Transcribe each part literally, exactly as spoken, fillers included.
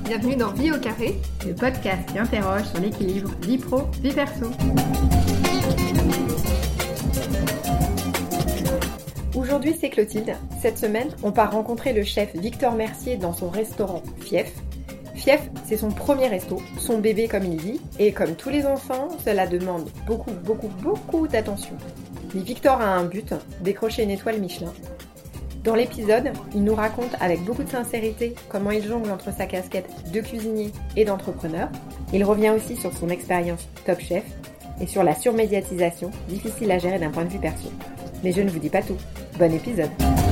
bienvenue dans Vie au carré, le podcast qui interroge sur l'équilibre vie pro, vie perso. Aujourd'hui c'est Clotilde. Cette semaine, on part rencontrer le chef Victor Mercier dans son restaurant Fief. Fief, c'est son premier resto, son bébé comme il dit, et comme tous les enfants, cela demande beaucoup, beaucoup, beaucoup d'attention. Mais Victor a un but, décrocher une étoile Michelin. Dans l'épisode, il nous raconte avec beaucoup de sincérité comment il jongle entre sa casquette de cuisinier et d'entrepreneur. Il revient aussi sur son expérience Top Chef et sur la surmédiatisation, difficile à gérer d'un point de vue perso. Mais je ne vous dis pas tout. Bon épisode.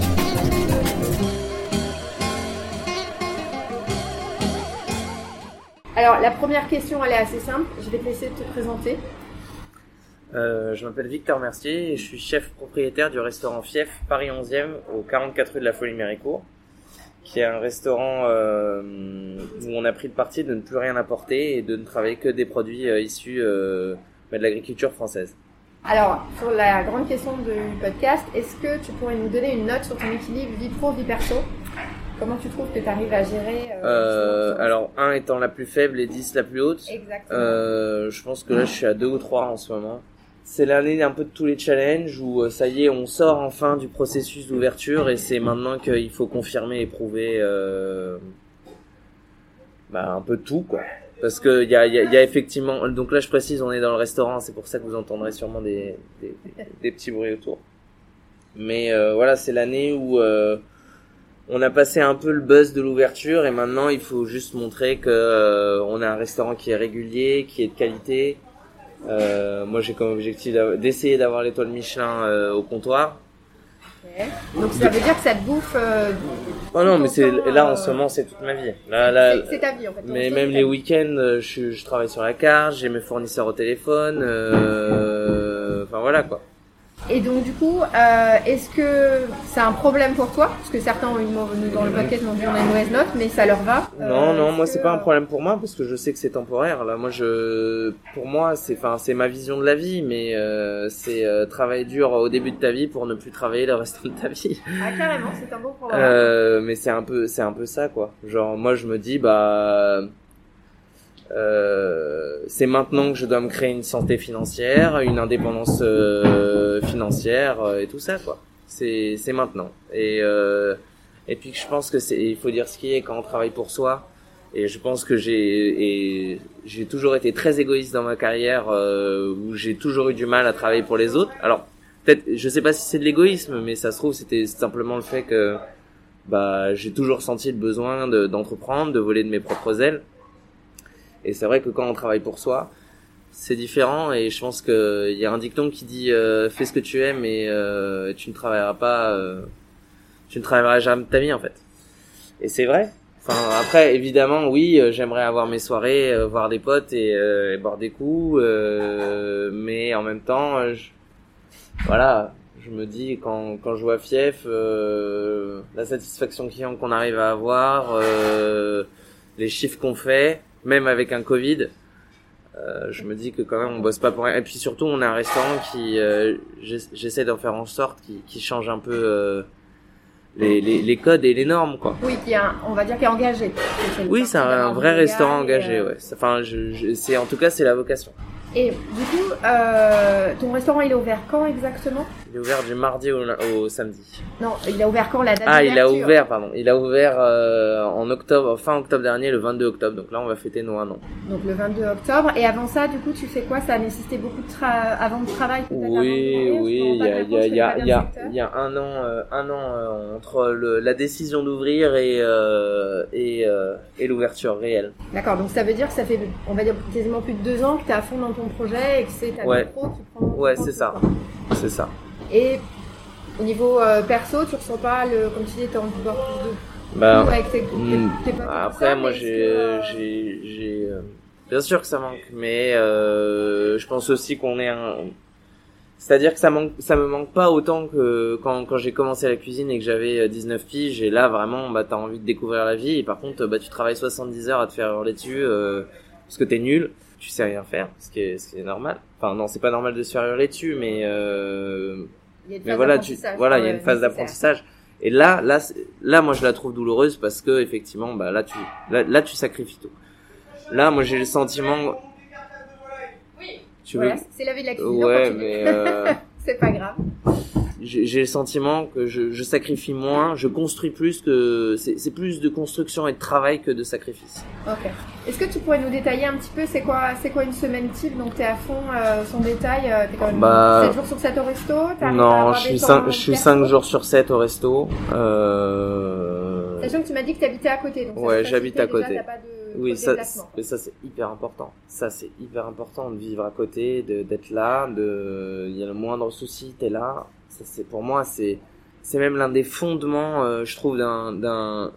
Alors, la première question, elle est assez simple. Je vais te laisser te présenter. Euh, je m'appelle Victor Mercier et je suis chef propriétaire du restaurant Fief Paris onzième au quarante-quatre rue de la Folie-Méricourt, qui est un restaurant euh, où on a pris le parti de ne plus rien apporter et de ne travailler que des produits euh, issus euh, de l'agriculture française. Alors, sur la grande question du podcast, est-ce que tu pourrais nous donner une note sur ton équilibre vie pro, vie perso ? Comment tu trouves que tu arrives à gérer euh, euh, Alors, un étant la plus faible et dix la plus haute. Exactement. Euh, je pense que là, je suis à deux ou trois en ce moment. C'est l'année un peu de tous les challenges où ça y est, on sort enfin du processus d'ouverture et c'est maintenant qu'il faut confirmer et prouver euh, bah, un peu tout, quoi. Parce que il y a, y, a, y a effectivement, donc là je précise, on est dans le restaurant, c'est pour ça que vous entendrez sûrement des, des, des, des petits bruits autour. Mais euh, voilà, c'est l'année où euh, on a passé un peu le buzz de l'ouverture et maintenant il faut juste montrer que euh, on a un restaurant qui est régulier, qui est de qualité. Euh, moi j'ai comme objectif d'essayer d'avoir l'étoile Michelin euh, au comptoir. Okay. Donc ça veut dire que ça te bouffe euh, oh non mais c'est temps, là euh... en ce moment c'est toute ma vie. Là, là, c'est, c'est ta vie en fait. Mais même les week-ends je, je travaille sur la carte, j'ai mes fournisseurs au téléphone, euh, enfin voilà quoi. Et donc du coup, euh, est-ce que c'est un problème pour toi ? Parce que certains ont une mauvaise, dans le podcast m'ont dit on a une mauvaise note, mais ça leur va. Non, euh, non, moi que, c'est pas un problème pour moi parce que je sais que c'est temporaire. Là, moi je, pour moi c'est, enfin c'est ma vision de la vie, mais euh, c'est euh, travailler dur au début de ta vie pour ne plus travailler le reste de ta vie. Ah carrément, c'est un beau problème. Euh, mais c'est un peu, c'est un peu ça quoi. Genre moi je me dis bah. Euh, c'est maintenant que je dois me créer une santé financière, une indépendance euh, financière euh, et tout ça quoi. C'est c'est maintenant. Et euh, et puis je pense que c'est il faut dire ce qui est quand on travaille pour soi. Et je pense que j'ai et j'ai toujours été très égoïste dans ma carrière euh, où j'ai toujours eu du mal à travailler pour les autres. Alors peut-être je sais pas si c'est de l'égoïsme mais ça se trouve c'était simplement le fait que bah j'ai toujours senti le besoin de d'entreprendre, de voler de mes propres ailes. Et c'est vrai que quand on travaille pour soi, c'est différent. Et je pense que il y a un dicton qui dit euh, fais ce que tu aimes et euh, tu ne travailleras pas, euh, tu ne travailleras jamais de ta vie en fait. Et c'est vrai. Enfin après évidemment oui, euh, j'aimerais avoir mes soirées, euh, voir des potes et, euh, et boire des coups, euh, mais en même temps, euh, je, voilà, je me dis quand quand je vois Fief, euh, la satisfaction client qu'on arrive à avoir, euh, les chiffres qu'on fait. Même avec un Covid, euh, je me dis que quand même on bosse pas pour rien. Et puis surtout, on a un restaurant qui, euh, j'essaie d'en faire en sorte qui, qui change un peu euh, les, les, les codes et les normes, quoi. Oui, qui est un, on va dire qui est engagé. C'est oui, c'est un, un vrai restaurant engagé, euh... ouais. Enfin, je, je, c'est en tout cas c'est la vocation. Et du coup, euh, ton restaurant il est ouvert quand exactement ? Il est ouvert du mardi au, au samedi. Non, il a ouvert quand la date Ah, d'ouverture ? il a ouvert, pardon. Il a ouvert euh, en octobre, fin octobre dernier, le vingt-deux octobre. Donc là, on va fêter nos un an. Donc le vingt-deux octobre. Et avant ça, du coup, tu fais quoi ? Ça a nécessité beaucoup de tra- avant de travail peut-être Oui, avant de oui. Il y a, il y a, il y a, il y a, il y a un an, euh, un an euh, entre le, la décision d'ouvrir et euh, et, euh, et l'ouverture réelle. D'accord. Donc ça veut dire que ça fait, on va dire quasiment plus de deux ans que tu es à fond dans ton projet et que c'est ta ouais. pro qui prend. Ouais, qui prend c'est tout, ça. quoi. C'est ça. Et au niveau euh, perso, tu ressens pas le, comme tu dis, t'as envie de boire plus de. Bah, avec tes, mmh, tes, tes après, ça, moi, j'ai, que, euh... j'ai, j'ai, euh, bien sûr que ça manque, mais euh, je pense aussi qu'on est un. C'est-à-dire que ça manque, ça me manque pas autant que quand quand j'ai commencé la cuisine et que j'avais dix-neuf piges et là vraiment bah t'as envie de découvrir la vie et par contre bah tu travailles soixante-dix heures à te faire hurler dessus euh, parce que t'es nul, tu sais rien faire, ce qui est ce qui est normal. Enfin non, c'est pas normal de se faire hurler dessus mais euh, mais voilà, tu voilà, il y a une phase d'apprentissage Et là, là, là, moi, je la trouve douloureuse parce que effectivement, bah là, tu, là, là, tu sacrifies tout. Là, moi, j'ai le sentiment. Oui. Tu voilà, veux... c'est la vie de la cuisine. Ouais, mais. Euh... c'est pas grave. J'ai, j'ai le sentiment que je, je sacrifie moins, je construis plus que c'est, c'est plus de construction et de travail que de sacrifice. Ok. Est-ce que tu pourrais nous détailler un petit peu c'est quoi c'est quoi une semaine type? Donc t'es à fond euh, son détail, euh, t'es quand même bah, sept jours sur sept au resto. Non, je suis cinq, je suis cinq jours sur sept au resto. Euh... Sachant que tu m'as dit que t'habitais à côté. Donc ouais, j'habite à côté. Déjà, t'as pas de oui, ça, mais ça c'est hyper important. Ça c'est hyper important de vivre à côté, de d'être là, de il y a le moindre souci, t'es là. Ça, c'est pour moi c'est c'est même l'un des fondements euh, je trouve d'un d'un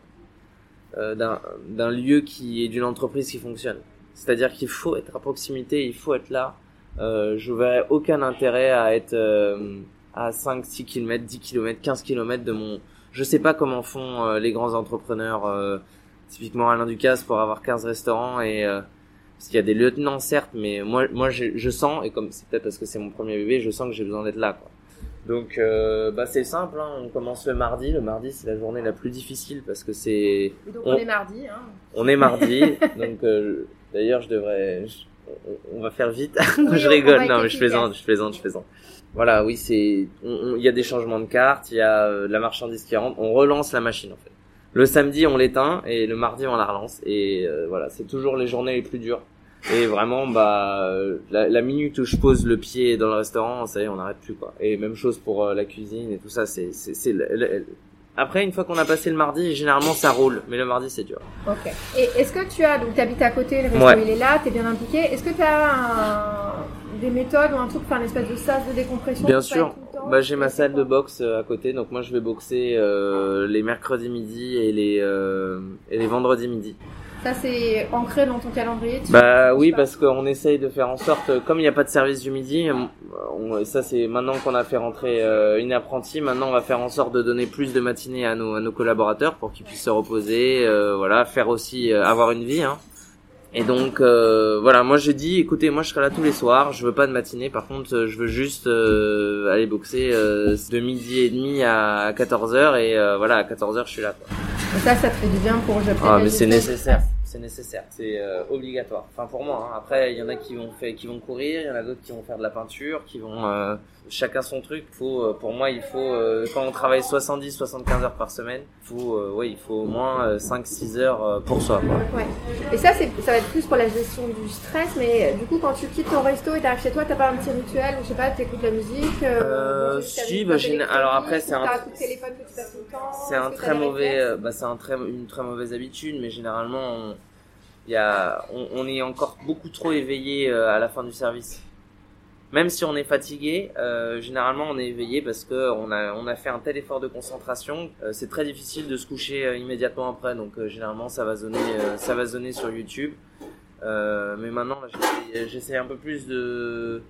euh, d'un d'un lieu qui est d'une entreprise qui fonctionne. C'est-à-dire qu'il faut être à proximité, il faut être là. Euh, je verrais aucun intérêt à être euh, à cinq, six kilomètres, dix kilomètres, quinze kilomètres de mon je sais pas comment font euh, les grands entrepreneurs euh, typiquement Alain Ducasse pour avoir quinze restaurants et euh, parce qu'il y a des lieutenants certes mais moi moi je, je sens et comme c'est peut-être parce que c'est mon premier bébé, je sens que j'ai besoin d'être là quoi. Donc euh, bah c'est simple hein, on commence le mardi, le mardi c'est la journée la plus difficile parce que c'est et donc on, on est mardi hein. On est mardi donc euh, d'ailleurs je devrais je, on, on va faire vite. Oui, je rigole non mais efficace. je plaisante, je plaisante, je plaisante. Voilà, oui, c'est il y a des changements de cartes, il y a euh, la marchandise qui rentre, on relance la machine en fait. Le samedi, on l'éteint et le mardi, on la relance et euh, voilà, c'est toujours les journées les plus dures. Et vraiment bah la, la minute où je pose le pied dans le restaurant, ça y est, on n'arrête plus quoi. Et même chose pour euh, la cuisine et tout ça, c'est c'est c'est le, le... Après une fois qu'on a passé le mardi, généralement ça roule, mais le mardi c'est dur. OK. Et est-ce que tu as donc t'habites à côté, le resto ouais. il est là, t'es bien impliqué. Est-ce que tu as un... des méthodes ou un truc, enfin une espèce de sas de décompression? Bien sûr. Bah j'ai ma salle de boxe à côté, donc moi je vais boxer euh, les mercredis midi et les euh, et les vendredis midi. Ça c'est ancré dans ton calendrier? Bah oui, parce qu'on essaye de faire en sorte, comme il n'y a pas de service du midi, on, ça c'est maintenant qu'on a fait rentrer euh, une apprentie, maintenant on va faire en sorte de donner plus de matinées à nos à nos collaborateurs pour qu'ils puissent se reposer, euh, voilà, faire aussi euh, avoir une vie, hein. Et donc euh, voilà, moi j'ai dit, écoutez, moi je serai là tous les soirs, je veux pas de matinée, par contre je veux juste euh, aller boxer euh, de midi et demi à quatorze heures et euh, voilà, à quatorze heures je suis là quoi. Et ça, ça te fait du bien pour je Ah mais c'est nécessaire, c'est nécessaire, c'est euh, obligatoire. Enfin pour moi. Hein. Après il y en a qui vont faire, qui vont courir, il y en a d'autres qui vont faire de la peinture, qui vont euh, chacun son truc. Faut, euh, pour moi il faut euh, quand on travaille soixante-dix, soixante-quinze heures par semaine, faut, euh, ouais il faut au moins euh, cinq, six heures euh, pour soi. Quoi. Ouais. Et ça c'est, ça va être plus pour la gestion du stress, mais du coup quand tu quittes ton resto et t'arrives chez toi, t'as pas un petit rituel ou je sais pas, t'écoutes la musique? Euh, euh si, bah j'ai, alors après c'est un, t'as un coup de téléphone que tu passes tout le temps. C'est un très mauvais, euh, bah c'est un très, une très mauvaise habitude, mais généralement on, il y a, on, on est encore beaucoup trop éveillé euh, à la fin du service. Même si on est fatigué, euh, généralement on est éveillé parce que on a, on a fait un tel effort de concentration. Euh, c'est très difficile de se coucher euh, immédiatement après, donc euh, généralement ça va zoner, euh, ça va zoner sur YouTube. Euh, mais maintenant, là, j'essaie, j'essaie un peu plus de,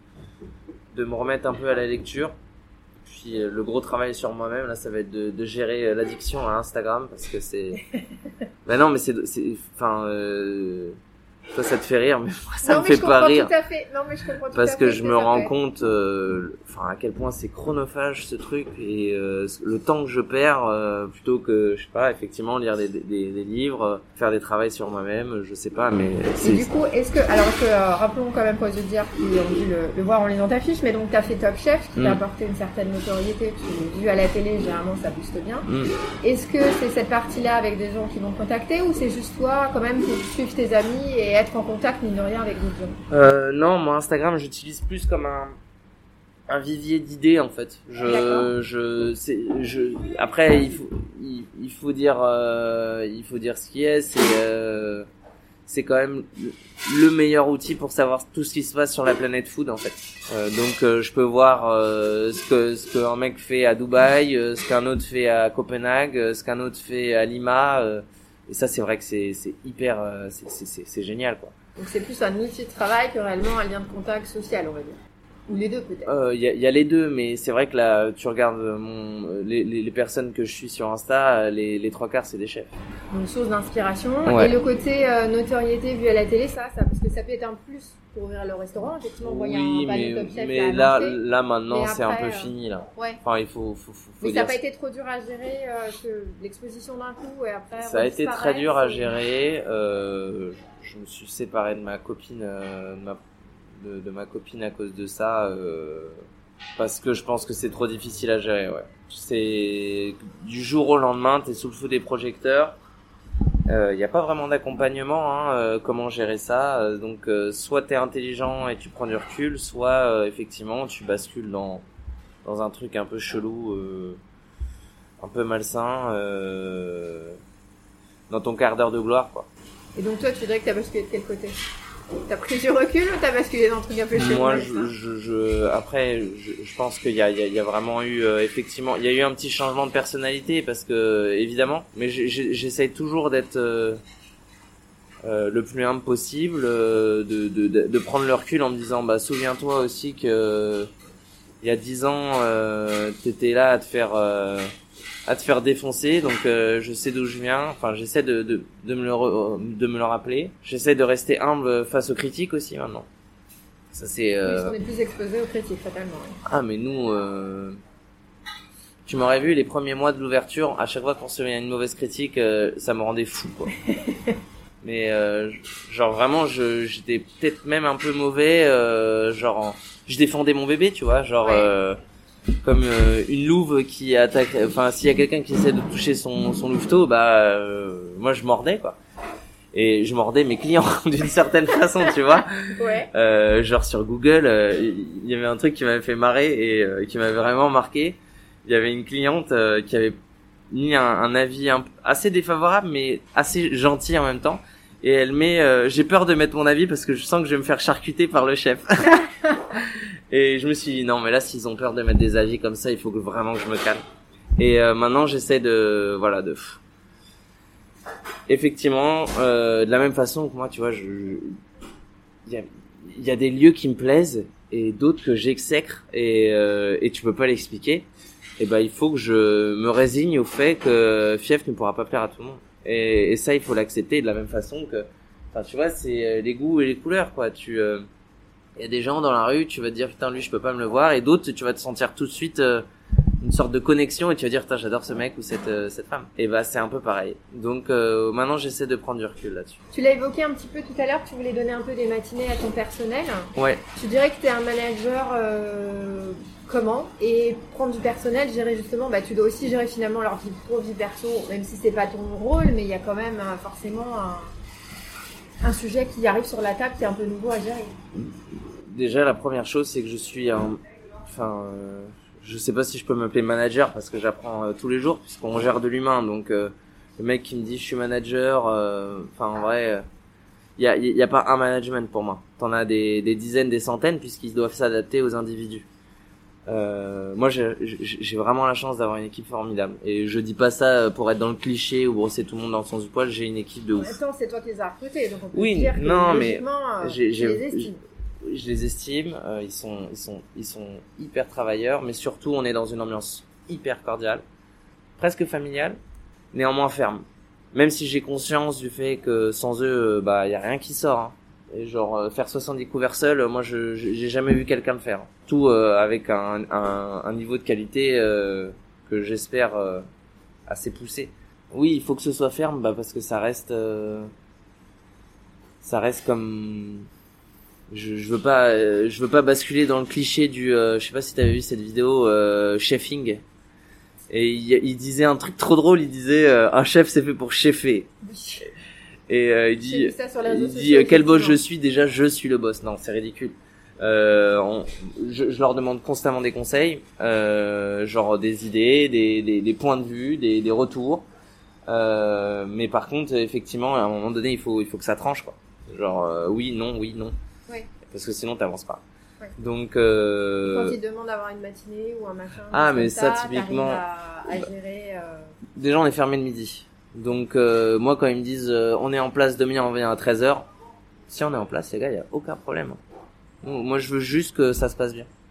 de me remettre un peu à la lecture. Puis euh, le gros travail sur moi-même, là, ça va être de, de gérer euh, l'addiction à Instagram parce que c'est. Ben non, mais c'est, c'est, enfin, euh... toi ça te fait rire, mais moi ça non, me mais fait pas rire. Tout à fait. Non, mais je comprends tout parce à que fait je que me rends fait. compte, euh, enfin à quel point c'est chronophage ce truc et euh, le temps que je perds euh, plutôt que je sais pas, effectivement lire des, des, des livres, euh, faire des travaux sur moi-même, je sais pas, mais. C'est... Et du coup, est-ce que, alors que euh, rappelons quand même pour les auditeurs qui ont dû le, le voir en lisant ta fiche, mais donc t'as fait Top Chef, qui mm. t'a apporté une certaine notoriété, tu vu à la télé, généralement ça booste bien. Mm. Est-ce que c'est cette partie-là avec des gens qui vont te contacter ou c'est juste toi quand même pour suivre tes amis et être en contact mine de rien avec d'autres gens? Euh, non, moi Instagram j'utilise plus comme un un vivier d'idées en fait. Je je c'est je après il faut il, il faut dire euh, il faut dire ce qui est, c'est euh, c'est quand même le meilleur outil pour savoir tout ce qui se passe sur la planète food en fait. Euh, donc euh, je peux voir euh, ce que ce qu'un mec fait à Dubaï, euh, ce qu'un autre fait à Copenhague, euh, ce qu'un autre fait à Lima euh, et ça c'est vrai que c'est c'est hyper euh, c'est c'est c'est génial quoi. Donc c'est plus un outil de travail que réellement un lien de contact social, on va dire. Ou les deux peut-être. Euh, il y a, y a les deux, mais c'est vrai que là, tu regardes mon, les, les, les personnes que je suis sur Insta, les, les trois quarts c'est des chefs. Donc source d'inspiration. Ouais. Et le côté euh, notoriété vu à la télé, ça, ça, parce que ça peut être un plus pour ouvrir le restaurant. Effectivement, Oui, il y a un panneau mais, Top Chef mais à là, annoncer. là maintenant, Mais c'est un après, peu euh, fini là. Ouais. Enfin, il faut, faut, faut, faut Mais ça dire. n'a pas été trop dur à gérer euh, que l'exposition d'un coup et après. Ça a été très dur à et... gérer. Euh, je me suis séparé de ma copine, euh, de, ma, de, de ma copine à cause de ça, euh, parce que je pense que c'est trop difficile à gérer. Ouais. C'est du jour au lendemain, t'es sous le feu des projecteurs. Il euh, n'y a pas vraiment d'accompagnement. Hein, euh, comment gérer ça euh, Donc, euh, soit t'es intelligent et tu prends du recul, soit euh, effectivement tu bascules dans dans un truc un peu chelou, euh, un peu malsain. Euh, dans ton quart d'heure de gloire, quoi. Et donc toi, tu dirais que t'as basculé de quel côté? T'as pris du recul ou t'as basculé dans un truc un peu chelou? Moi, je, je, je, après, je, je pense qu'il y a, il y a, il y a vraiment eu, euh, effectivement, il y a eu un petit changement de personnalité parce que, évidemment, mais j'essaye toujours d'être euh, euh, le plus humble possible, euh, de, de, de, de prendre le recul en me disant, bah, souviens-toi aussi que il y a dix ans, euh, t'étais là à te faire euh, à te faire défoncer, donc euh, je sais d'où je viens. Enfin, j'essaie de, de, de me le re, de me le rappeler. J'essaie de rester humble face aux critiques aussi maintenant. Ça c'est. Euh... Oui, parce qu'on est plus exposé aux critiques fatalement. Oui. Ah mais nous, euh... tu m'aurais vu les premiers mois de l'ouverture. À chaque fois qu'on se met une mauvaise critique, euh, ça me rendait fou, quoi. Mais euh, genre vraiment, je j'étais peut-être même un peu mauvais. Euh, genre, je défendais mon bébé, tu vois, genre. Ouais. Euh... Comme euh, une louve qui attaque, enfin s'il y a quelqu'un qui essaie de toucher son son louveteau, bah euh, moi je mordais, quoi. Et je mordais mes clients d'une certaine façon, tu vois. Ouais. Euh, genre sur Google, il euh, y avait un truc qui m'avait fait marrer et euh, qui m'avait vraiment marqué. Il y avait une cliente euh, qui avait mis un, un avis un, assez défavorable mais assez gentil en même temps. Et elle met, euh, j'ai peur de mettre mon avis parce que je sens que je vais me faire charcuter par le chef. Et je me suis dit non mais là s'ils ont peur de mettre des avis comme ça, il faut que vraiment que je me calme. Et euh, maintenant j'essaie de voilà de effectivement euh, de la même façon que moi, tu vois, je il y a il y a des lieux qui me plaisent et d'autres que j'exècre et euh, et tu peux pas l'expliquer. Et ben il faut que je me résigne au fait que Fief ne pourra pas plaire à tout le monde. Et, et ça il faut l'accepter de la même façon que enfin tu vois, c'est les goûts et les couleurs, quoi. Tu euh, il y a des gens dans la rue, tu vas te dire putain lui je peux pas me le voir, et d'autres tu vas te sentir tout de suite euh, une sorte de connexion et tu vas dire putain j'adore ce mec ou cette euh, cette femme. Et bah c'est un peu pareil. Donc euh, maintenant j'essaie de prendre du recul là-dessus. Tu l'as évoqué un petit peu tout à l'heure, tu voulais donner un peu des matinées à ton personnel. Ouais. Tu dirais que t'es un manager euh, comment? Et prendre du personnel, gérer justement, bah tu dois aussi gérer finalement leur vie pro, vie perso, même si c'est pas ton rôle, mais il y a quand même euh, forcément un, un sujet qui arrive sur la table qui est un peu nouveau à gérer. Déjà la première chose c'est que je suis un, enfin euh, je sais pas si je peux m'appeler manager parce que j'apprends euh, tous les jours puisqu'on gère de l'humain, donc euh, le mec qui me dit je suis manager, enfin euh, en vrai il euh, y a il y a pas un management pour moi. T'en as des des dizaines, des centaines puisqu'ils doivent s'adapter aux individus. Euh, moi j'ai j'ai vraiment la chance d'avoir une équipe formidable et je dis pas ça pour être dans le cliché ou brosser tout le monde dans le sens du poil. J'ai une équipe de ouf. En même temps, c'est toi qui les as recrutés, donc on peut oui, dire que non, logiquement, mais j'ai, tu j'ai, les estimes. Je les estime, euh, ils sont, ils sont, ils sont hyper travailleurs, mais surtout on est dans une ambiance hyper cordiale, presque familiale, néanmoins ferme. Même si j'ai conscience du fait que sans eux, euh, bah y a rien qui sort. Hein. Et genre euh, faire soixante-dix couverts seul, moi je, j'ai jamais vu quelqu'un le faire. Tout euh, avec un, un, un niveau de qualité euh, que j'espère euh, assez poussé. Oui, il faut que ce soit ferme, bah parce que ça reste, euh, ça reste comme Je, je veux pas, euh, je veux pas basculer dans le cliché du, euh, je sais pas si t'avais vu cette vidéo, euh, chefing. Et il, il disait un truc trop drôle, il disait, euh, un chef c'est fait pour chefer. Oui. Et euh, il dit, il sociaux, dit, euh, quel boss je suis, déjà je suis le boss. Non, c'est ridicule. Euh, on, je, je leur demande constamment des conseils, euh, genre des idées, des, des, des points de vue, des, des retours. Euh, mais par contre, effectivement, à un moment donné, il faut, il faut que ça tranche, quoi. Genre, euh, oui, non, oui, non. Ouais. Parce que sinon t'avances pas. Ouais. Donc euh... quand ils demandent d'avoir une matinée ou un machin, ah mais ça, ça typiquement à, à gérer, euh... déjà on est fermé le midi. Donc euh, moi quand ils me disent euh, on est en place demain, on vient à treize heures, si on est en place les gars, il y a aucun problème. Moi je veux juste que ça se passe bien.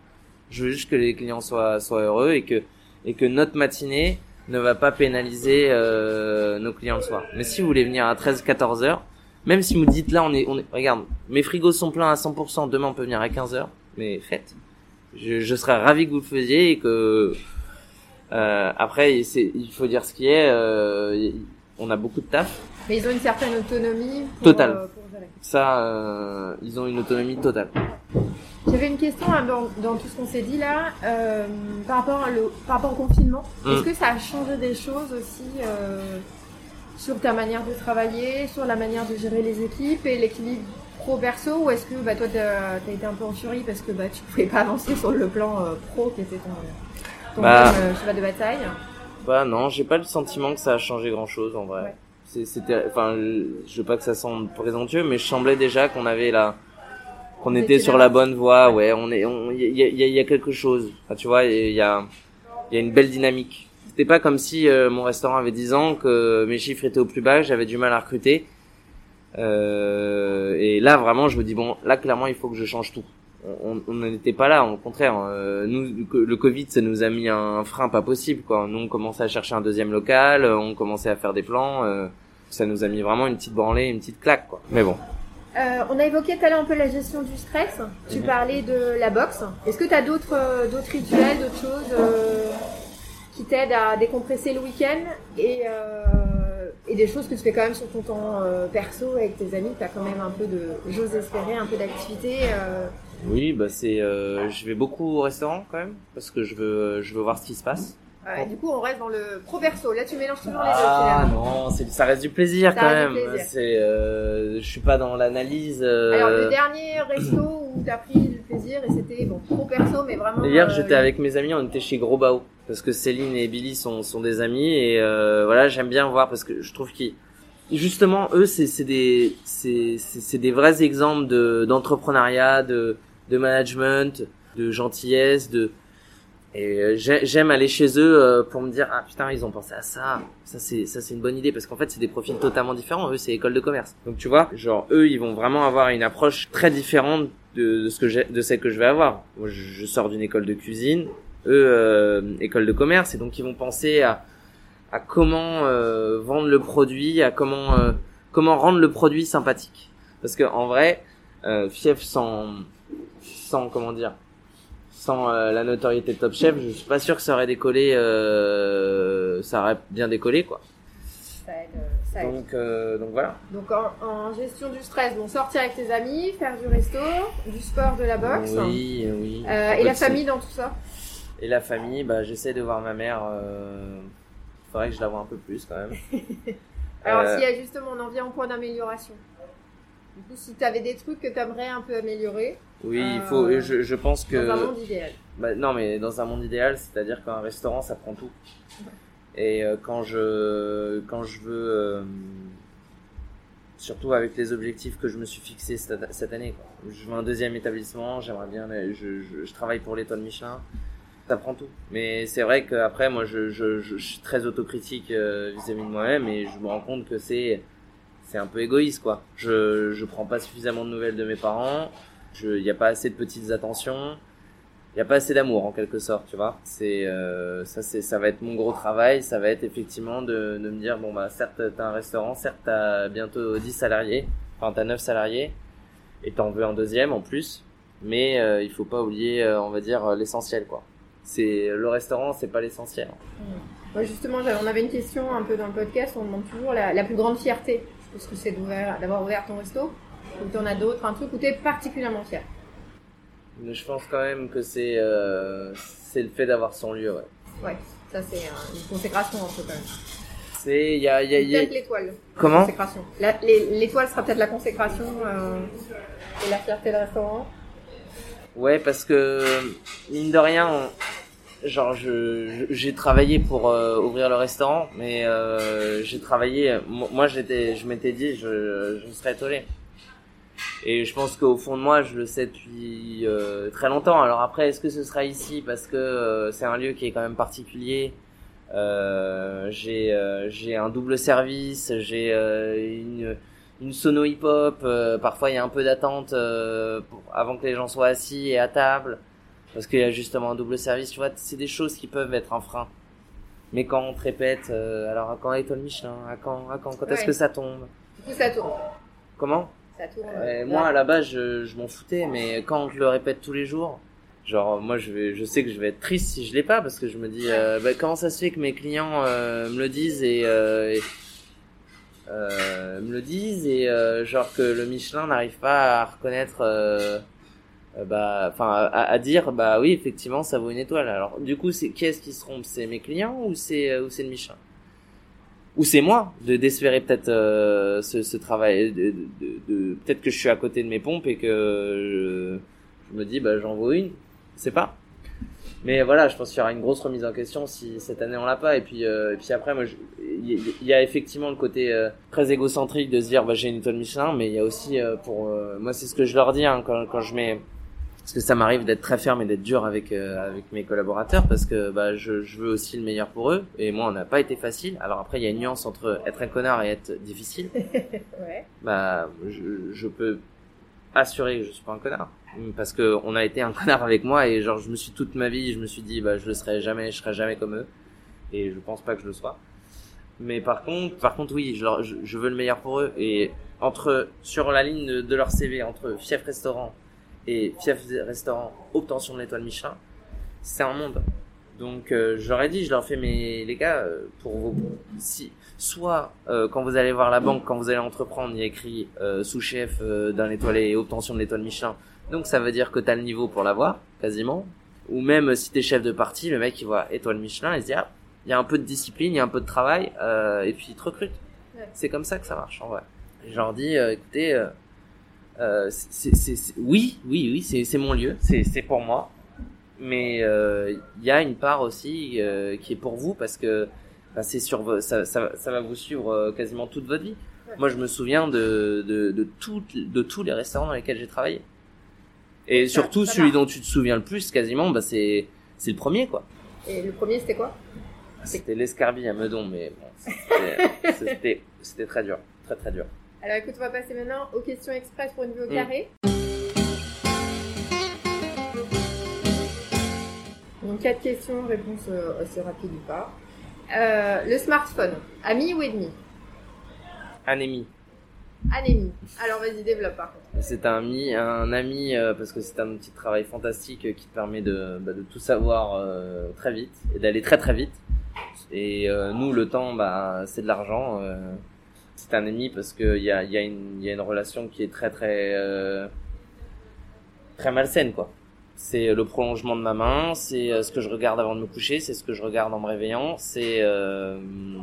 Je veux juste que les clients soient soient heureux et que et que notre matinée ne va pas pénaliser euh, nos clients le soir. Mais si vous voulez venir à treize quatorze heures, même si vous dites là on est on est regarde, mes frigos sont pleins à cent pour cent, demain on peut venir à quinze heures, mais faites. Je je serais ravi que vous le faisiez et que euh, après c'est il faut dire ce qui est euh, on a beaucoup de taf. Mais ils ont une certaine autonomie pour, totale. Euh, pour gérer. Ça euh, ils ont une autonomie totale. J'avais une question hein, dans, dans tout ce qu'on s'est dit là, euh, par, rapport à le, par rapport au confinement. Mmh. Est-ce que ça a changé des choses aussi euh, sur ta manière de travailler, sur la manière de gérer les équipes et l'équilibre pro-perso, ou est-ce que bah, toi t'as, t'as été un peu en furie parce que bah, tu pouvais pas avancer sur le plan euh, pro qui était ton, ton bah, thème, cheval de bataille? Bah non, j'ai pas le sentiment que ça a changé grand-chose en vrai. Ouais. C'est, c'était, enfin, je, je veux pas que ça semble présomptueux, mais je semblais déjà qu'on avait la qu'on était sur la bonne voie, ouais, on est, on, il y a, il y, y a quelque chose, enfin, tu vois, il y a, il y a une belle dynamique. C'était pas comme si euh, mon restaurant avait dix ans, que mes chiffres étaient au plus bas, j'avais du mal à recruter, euh, et là vraiment, je me dis bon, là clairement, il faut que je change tout. On on n'était pas là, au contraire, euh, nous, le Covid, ça nous a mis un frein pas possible, quoi. Nous, on commençait à chercher un deuxième local, on commençait à faire des plans, euh, ça nous a mis vraiment une petite branlée, une petite claque, quoi. Mais bon. Euh, on a évoqué tout à l'heure un peu la gestion du stress. Tu mmh. parlais de la boxe. Est-ce que tu as d'autres, euh, d'autres rituels, d'autres choses euh, qui t'aident à décompresser le week-end et, euh, et des choses que tu fais quand même sur ton temps euh, perso avec tes amis? Tu as quand même un peu de, j'ose espérer, un peu d'activité euh... Oui, bah c'est, euh, je vais beaucoup au restaurant quand même parce que je veux, je veux voir ce qui se passe. Ouais, du coup, on reste dans le pro-perso. Là, tu mélanges toujours les deux. Ah non, c'est, ça reste du plaisir ça quand même. Plaisir. C'est, euh, je suis pas dans l'analyse. Euh... Alors, le dernier resto où t'as pris du plaisir et c'était bon pro-perso, mais vraiment. Hier, euh, j'étais oui. avec mes amis, on était chez Gros Bao parce que Céline et Billy sont sont des amis et euh, voilà, j'aime bien voir parce que je trouve qu'ils justement eux, c'est c'est des c'est c'est, c'est des vrais exemples de d'entrepreneuriat, de de management, de gentillesse, de et j'aime aller chez eux euh, pour me dire ah putain ils ont pensé à ça ça c'est ça c'est une bonne idée parce qu'en fait c'est des profils totalement différents. Eux c'est école de commerce, donc tu vois genre eux ils vont vraiment avoir une approche très différente de, de ce que j'ai de celle que je vais avoir. Moi je, je sors d'une école de cuisine, eux euh, école de commerce, et donc ils vont penser à à comment euh, vendre le produit, à comment euh, comment rendre le produit sympathique, parce que en vrai euh, Fief sans sans comment dire sans euh, la notoriété de Top Chef, je suis pas sûr que ça aurait décollé, euh, ça aurait bien décollé quoi. Ça aide, ça aide. Donc, euh, donc voilà. Donc en, en gestion du stress, bon, sortir avec tes amis, faire du resto, du sport, de la boxe. Oui, oui. Euh, et la famille dans tout ça. Et la famille, bah j'essaie de voir ma mère. Euh... Faudrait que je la vois un peu plus quand même. Alors euh... s'il y a justement, on en vient au point d'amélioration. Du coup, si tu avais des trucs que tu aimerais un peu améliorer. Oui, euh, il faut. Je, je pense que. Dans un monde idéal. Bah, non, mais dans un monde idéal, c'est-à-dire qu'un restaurant, ça prend tout. Ouais. Et euh, quand je quand je veux, euh, surtout avec les objectifs que je me suis fixés cette, cette année, quoi. Je veux un deuxième établissement. J'aimerais bien. Je, je, je travaille pour l'étoile Michelin. Ça prend tout. Mais c'est vrai qu'après, moi, je, je, je, je suis très autocritique euh, vis-à-vis de moi-même et je me rends compte que c'est c'est un peu égoïste, quoi. Je je prends pas suffisamment de nouvelles de mes parents. Je il y a pas assez de petites attentions. Il y a pas assez d'amour en quelque sorte, tu vois. C'est euh, ça c'est ça va être mon gros travail, ça va être effectivement de de me dire bon bah certes t'as un restaurant, certes t'as bientôt dix salariés, enfin t'as neuf salariés et t'en veux un deuxième en plus, mais euh, il faut pas oublier euh, on va dire l'essentiel, quoi. C'est le restaurant, c'est pas l'essentiel. Mmh. Ouais, justement, on avait une question un peu dans le podcast, on demande toujours la, la plus grande fierté. Je pense que c'est d'avoir ouvert ton resto, ou t'en as d'autres, un truc où t'es particulièrement fier. Je pense quand même que c'est euh, c'est le fait d'avoir son lieu, ouais. Ouais, ça c'est euh, une consécration un peu quand même. C'est il y a il y a, y a... peut-être l'étoile. Comment? Consécration. La, les, l'étoile sera peut-être la consécration euh, et la fierté du restaurant. Ouais, parce que mine de rien, on, genre je, je j'ai travaillé pour euh, ouvrir le restaurant, mais euh, j'ai travaillé. Moi, j'étais, je m'étais dit, je je serais étonné. Et je pense qu'au fond de moi, je le sais depuis euh, très longtemps. Alors après, est-ce que ce sera ici parce que euh, c'est un lieu qui est quand même particulier. Euh, j'ai euh, j'ai un double service, j'ai euh, une une sono hip-hop, euh, parfois il y a un peu d'attente euh, pour, avant que les gens soient assis et à table. Parce qu'il y a justement un double service, tu vois, c'est des choses qui peuvent être un frein. Mais quand on te répète, euh, alors à quand l'étoile Michelin, à quand, à quand, quand est-ce ouais. que ça tombe? Du coup, ça tourne. Comment? Ça tourne. Euh, moi, à la base, je, je m'en foutais, mais quand on te le répète tous les jours, genre, moi, je vais, je sais que je vais être triste si je l'ai pas, parce que je me dis, euh, bah, comment ça se fait que mes clients euh, me le disent et, euh, et euh, me le disent et euh, genre que le Michelin n'arrive pas à reconnaître. Euh, Euh, bah enfin à, à dire bah oui effectivement ça vaut une étoile. Alors du coup c'est qui est-ce qui se trompe, c'est mes clients ou c'est euh, ou c'est le Michelin ou c'est moi de d'espérer peut-être euh, ce, ce travail de, de, de, de peut-être que je suis à côté de mes pompes et que je, je me dis bah j'en vaux une, je sais pas, mais voilà je pense qu'il y aura une grosse remise en question si cette année on l'a pas. Et puis euh, et puis après moi il y, y a effectivement le côté euh, très égocentrique de se dire bah j'ai une étoile Michelin, mais il y a aussi euh, pour euh, moi c'est ce que je leur dis hein, quand quand je mets, parce que ça m'arrive d'être très ferme et d'être dur avec euh, avec mes collaborateurs parce que bah je je veux aussi le meilleur pour eux et moi on n'a pas été facile. Alors après il y a une nuance entre être un connard et être difficile. Ouais. Bah je je peux assurer que je suis pas un connard parce que on a été un connard avec moi et genre je me suis toute ma vie je me suis dit bah je le serai jamais, je serai jamais comme eux et je pense pas que je le sois. Mais par contre par contre oui je leur, je, je veux le meilleur pour eux et entre sur la ligne de, de leur C V entre Fief Restaurant et Fief Restaurant, obtention de l'étoile Michelin, c'est un monde. Donc euh, je leur ai dit, je leur fais mais les gars, euh, pour vos si soit euh, quand vous allez voir la banque, quand vous allez entreprendre, il y a écrit euh, sous-chef euh, d'un étoilé et obtention de l'étoile Michelin. Donc ça veut dire que t'as le niveau pour l'avoir, quasiment. Ou même si t'es chef de parti, le mec il voit étoile Michelin, il se dit ah, il y a un peu de discipline, il y a un peu de travail, euh, et puis il te recrute. Ouais. C'est comme ça que ça marche en vrai. Et je leur dis euh, écoutez. Euh, Euh, c'est, c'est, c'est, oui, oui, oui, c'est, c'est mon lieu, c'est, c'est pour moi. Mais il euh, y a une part aussi euh, qui est pour vous parce que bah, c'est sur, ça, ça, ça va vous suivre euh, quasiment toute votre vie. Ouais. Moi, je me souviens de de de, tout, de tous les restaurants dans lesquels j'ai travaillé. Et ça, surtout ça celui va. Dont tu te souviens le plus, quasiment, bah c'est c'est le premier quoi. Et le premier, c'était quoi? C'était l'Escarbille à Meudon, mais bon, c'était, c'était, c'était très dur, très très dur. Alors écoute, on va passer maintenant aux questions express pour une vue au carré. Mmh. Donc quatre questions, réponse euh, assez rapide ou pas. Euh, le smartphone, ami ou ennemi? Anémie. Anémie. Alors vas-y, développe par contre. C'est un ami, un ami euh, parce que c'est un outil de travail fantastique euh, qui te permet de, bah, de tout savoir euh, très vite et d'aller très très vite. Et euh, nous, le temps, bah, c'est de l'argent. Euh, c'est un ennemi parce que il y a, y a une, il y a une relation qui est très très euh, très malsaine quoi. C'est le prolongement de ma main, c'est ce que je regarde avant de me coucher, c'est ce que je regarde en me réveillant, c'est euh,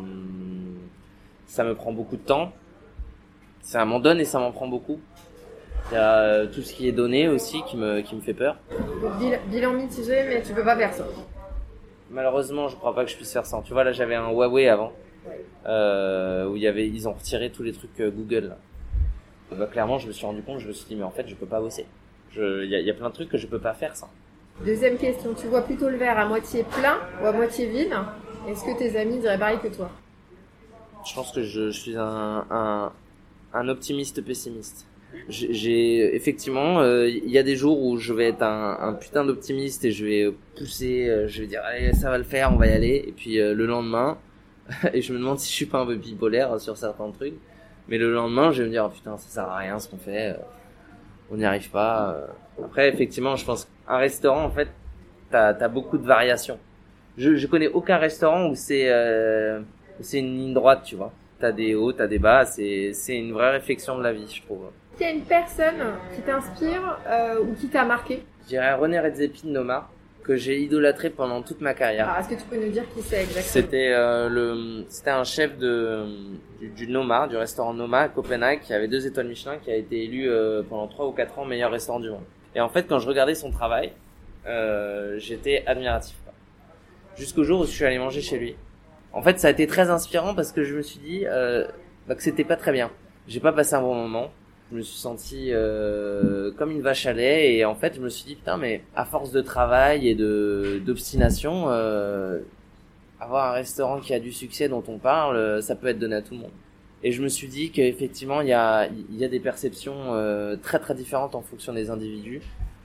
ça me prend beaucoup de temps. Ça m'en donne et ça m'en prend beaucoup. Il y a tout ce qui est donné aussi qui me qui me fait peur. Donc bilan, bilan mitigé, mais tu peux pas faire ça. Malheureusement, je crois pas que je puisse faire ça. Tu vois, là, j'avais un Huawei avant, ouais. euh, où il y avait, ils ont retiré tous les trucs euh, Google. Là. Bah, clairement, je me suis rendu compte, je me suis dit, mais en fait, je peux pas bosser. Je, il y a, il y a plein de trucs que je peux pas faire sans. Deuxième question, tu vois plutôt le verre à moitié plein ou à moitié vide? Est-ce que tes amis diraient pareil que toi? Je pense que je, je suis un, un, un optimiste pessimiste. J'ai, j'ai effectivement, il euh, y a des jours où je vais être un, un putain d'optimiste et je vais pousser, euh, je vais dire allez ça va le faire, on va y aller. Et puis euh, le lendemain, et je me demande si je suis pas un peu bipolaire sur certains trucs. Mais le lendemain, je vais me dire oh, putain ça sert à rien ce qu'on fait, euh, on n'y arrive pas. Après effectivement, je pense qu'un restaurant en fait, t'as t'as beaucoup de variations. Je je connais aucun restaurant où c'est euh, où c'est une ligne droite, tu vois. T'as des hauts, t'as des bas. C'est c'est une vraie réflexion de la vie, je trouve. Est-ce qu'il y a une personne qui t'inspire euh, ou qui t'a marqué? Je dirais René Redzepi de Noma, que j'ai idolâtré pendant toute ma carrière. Alors, est-ce que tu peux nous dire qui c'est exactement? C'était euh, le, c'était un chef de du, du Noma, du restaurant Noma à Copenhague, qui avait deux étoiles Michelin, qui a été élu euh, pendant trois ou quatre ans meilleur restaurant du monde. Et en fait, quand je regardais son travail, euh, j'étais admiratif. Quoi. Jusqu'au jour où je suis allé manger chez lui. En fait, ça a été très inspirant parce que je me suis dit euh, bah, que c'était pas très bien. J'ai pas passé un bon moment. Je me suis senti euh, comme une vache à lait et en fait je me suis dit putain mais à force de travail et de d'obstination euh, avoir un restaurant qui a du succès dont on parle ça peut être donné à tout le monde. Et je me suis dit qu'effectivement il y a il y a des perceptions euh, très très différentes en fonction des individus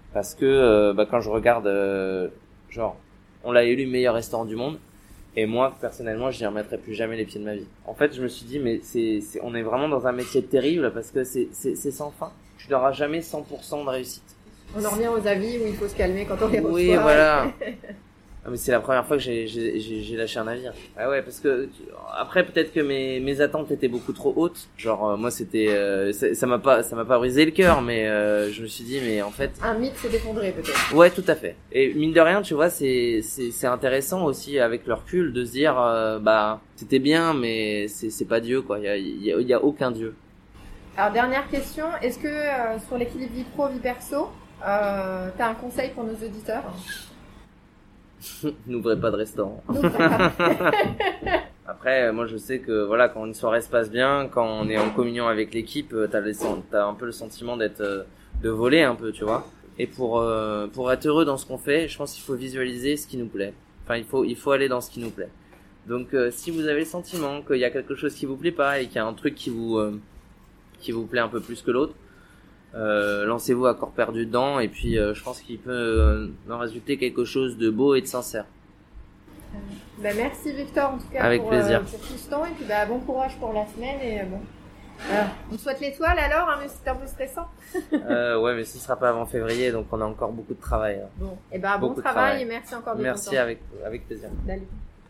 parce que euh, bah, quand je regarde, euh, genre, on l'a élu meilleur restaurant du monde, et moi personnellement, je n'y remettrai plus jamais les pieds de ma vie. En fait, je me suis dit, mais c'est, c'est on est vraiment dans un métier terrible parce que c'est, c'est, c'est sans fin. Tu n'auras jamais cent pour cent de réussite. On en revient aux avis où il faut se calmer quand on les reçoit. Oui, voilà. Ah, mais c'est la première fois que j'ai, j'ai, j'ai, j'ai lâché un navire. Ah ouais, parce que après peut-être que mes, mes attentes étaient beaucoup trop hautes. Genre euh, moi c'était, euh, ça, ça m'a pas, ça m'a pas brisé le cœur, mais euh, je me suis dit mais en fait. Un mythe s'est effondré peut-être. Ouais, tout à fait. Et mine de rien, tu vois, c'est, c'est, c'est intéressant aussi avec le recul de se dire, euh, bah c'était bien, mais c'est, c'est pas Dieu quoi. Il y a, il y a, il y a aucun Dieu. Alors dernière question, est-ce que euh, sur l'équilibre vie pro vie perso, euh, t'as un conseil pour nos auditeurs? N'ouvrez pas de restaurant. Après, moi je sais que voilà, quand une soirée se passe bien, quand on est en communion avec l'équipe, t'as, les, t'as un peu le sentiment d'être, de voler un peu, tu vois. Et pour euh, pour être heureux dans ce qu'on fait, je pense qu'il faut visualiser ce qui nous plaît. Enfin, il faut il faut aller dans ce qui nous plaît. Donc, euh, si vous avez le sentiment qu'il y a quelque chose qui vous plaît pas et qu'il y a un truc qui vous euh, qui vous plaît un peu plus que l'autre, Euh, lancez-vous à corps perdu dedans et puis euh, je pense qu'il peut euh, en résulter quelque chose de beau et de sincère. Euh, bah merci Victor en tout cas avec pour, plaisir. Euh, pour tout ce temps et puis bah bon courage pour la semaine et euh, bon. Euh, on souhaite l'étoile alors, hein, mais c'est un peu stressant. euh, ouais, mais ce sera pas avant février, donc on a encore beaucoup de travail. Hein. Bon, et bah bon travail, travail et merci encore de Merci avec avec plaisir. Salut.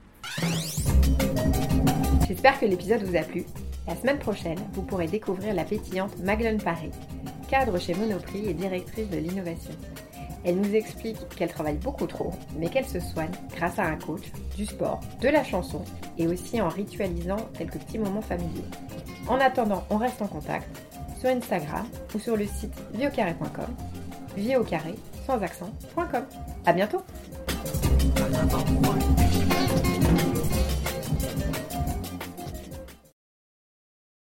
J'espère que l'épisode vous a plu. La semaine prochaine, vous pourrez découvrir la pétillante Magdeleine Paré, cadre chez Monoprix et directrice de l'innovation. Elle nous explique qu'elle travaille beaucoup trop, mais qu'elle se soigne grâce à un coach, du sport, de la chanson et aussi en ritualisant quelques petits moments familiaux. En attendant, on reste en contact sur Instagram ou sur le site vie au carré point com, vie au carré sans accent point com. À bientôt!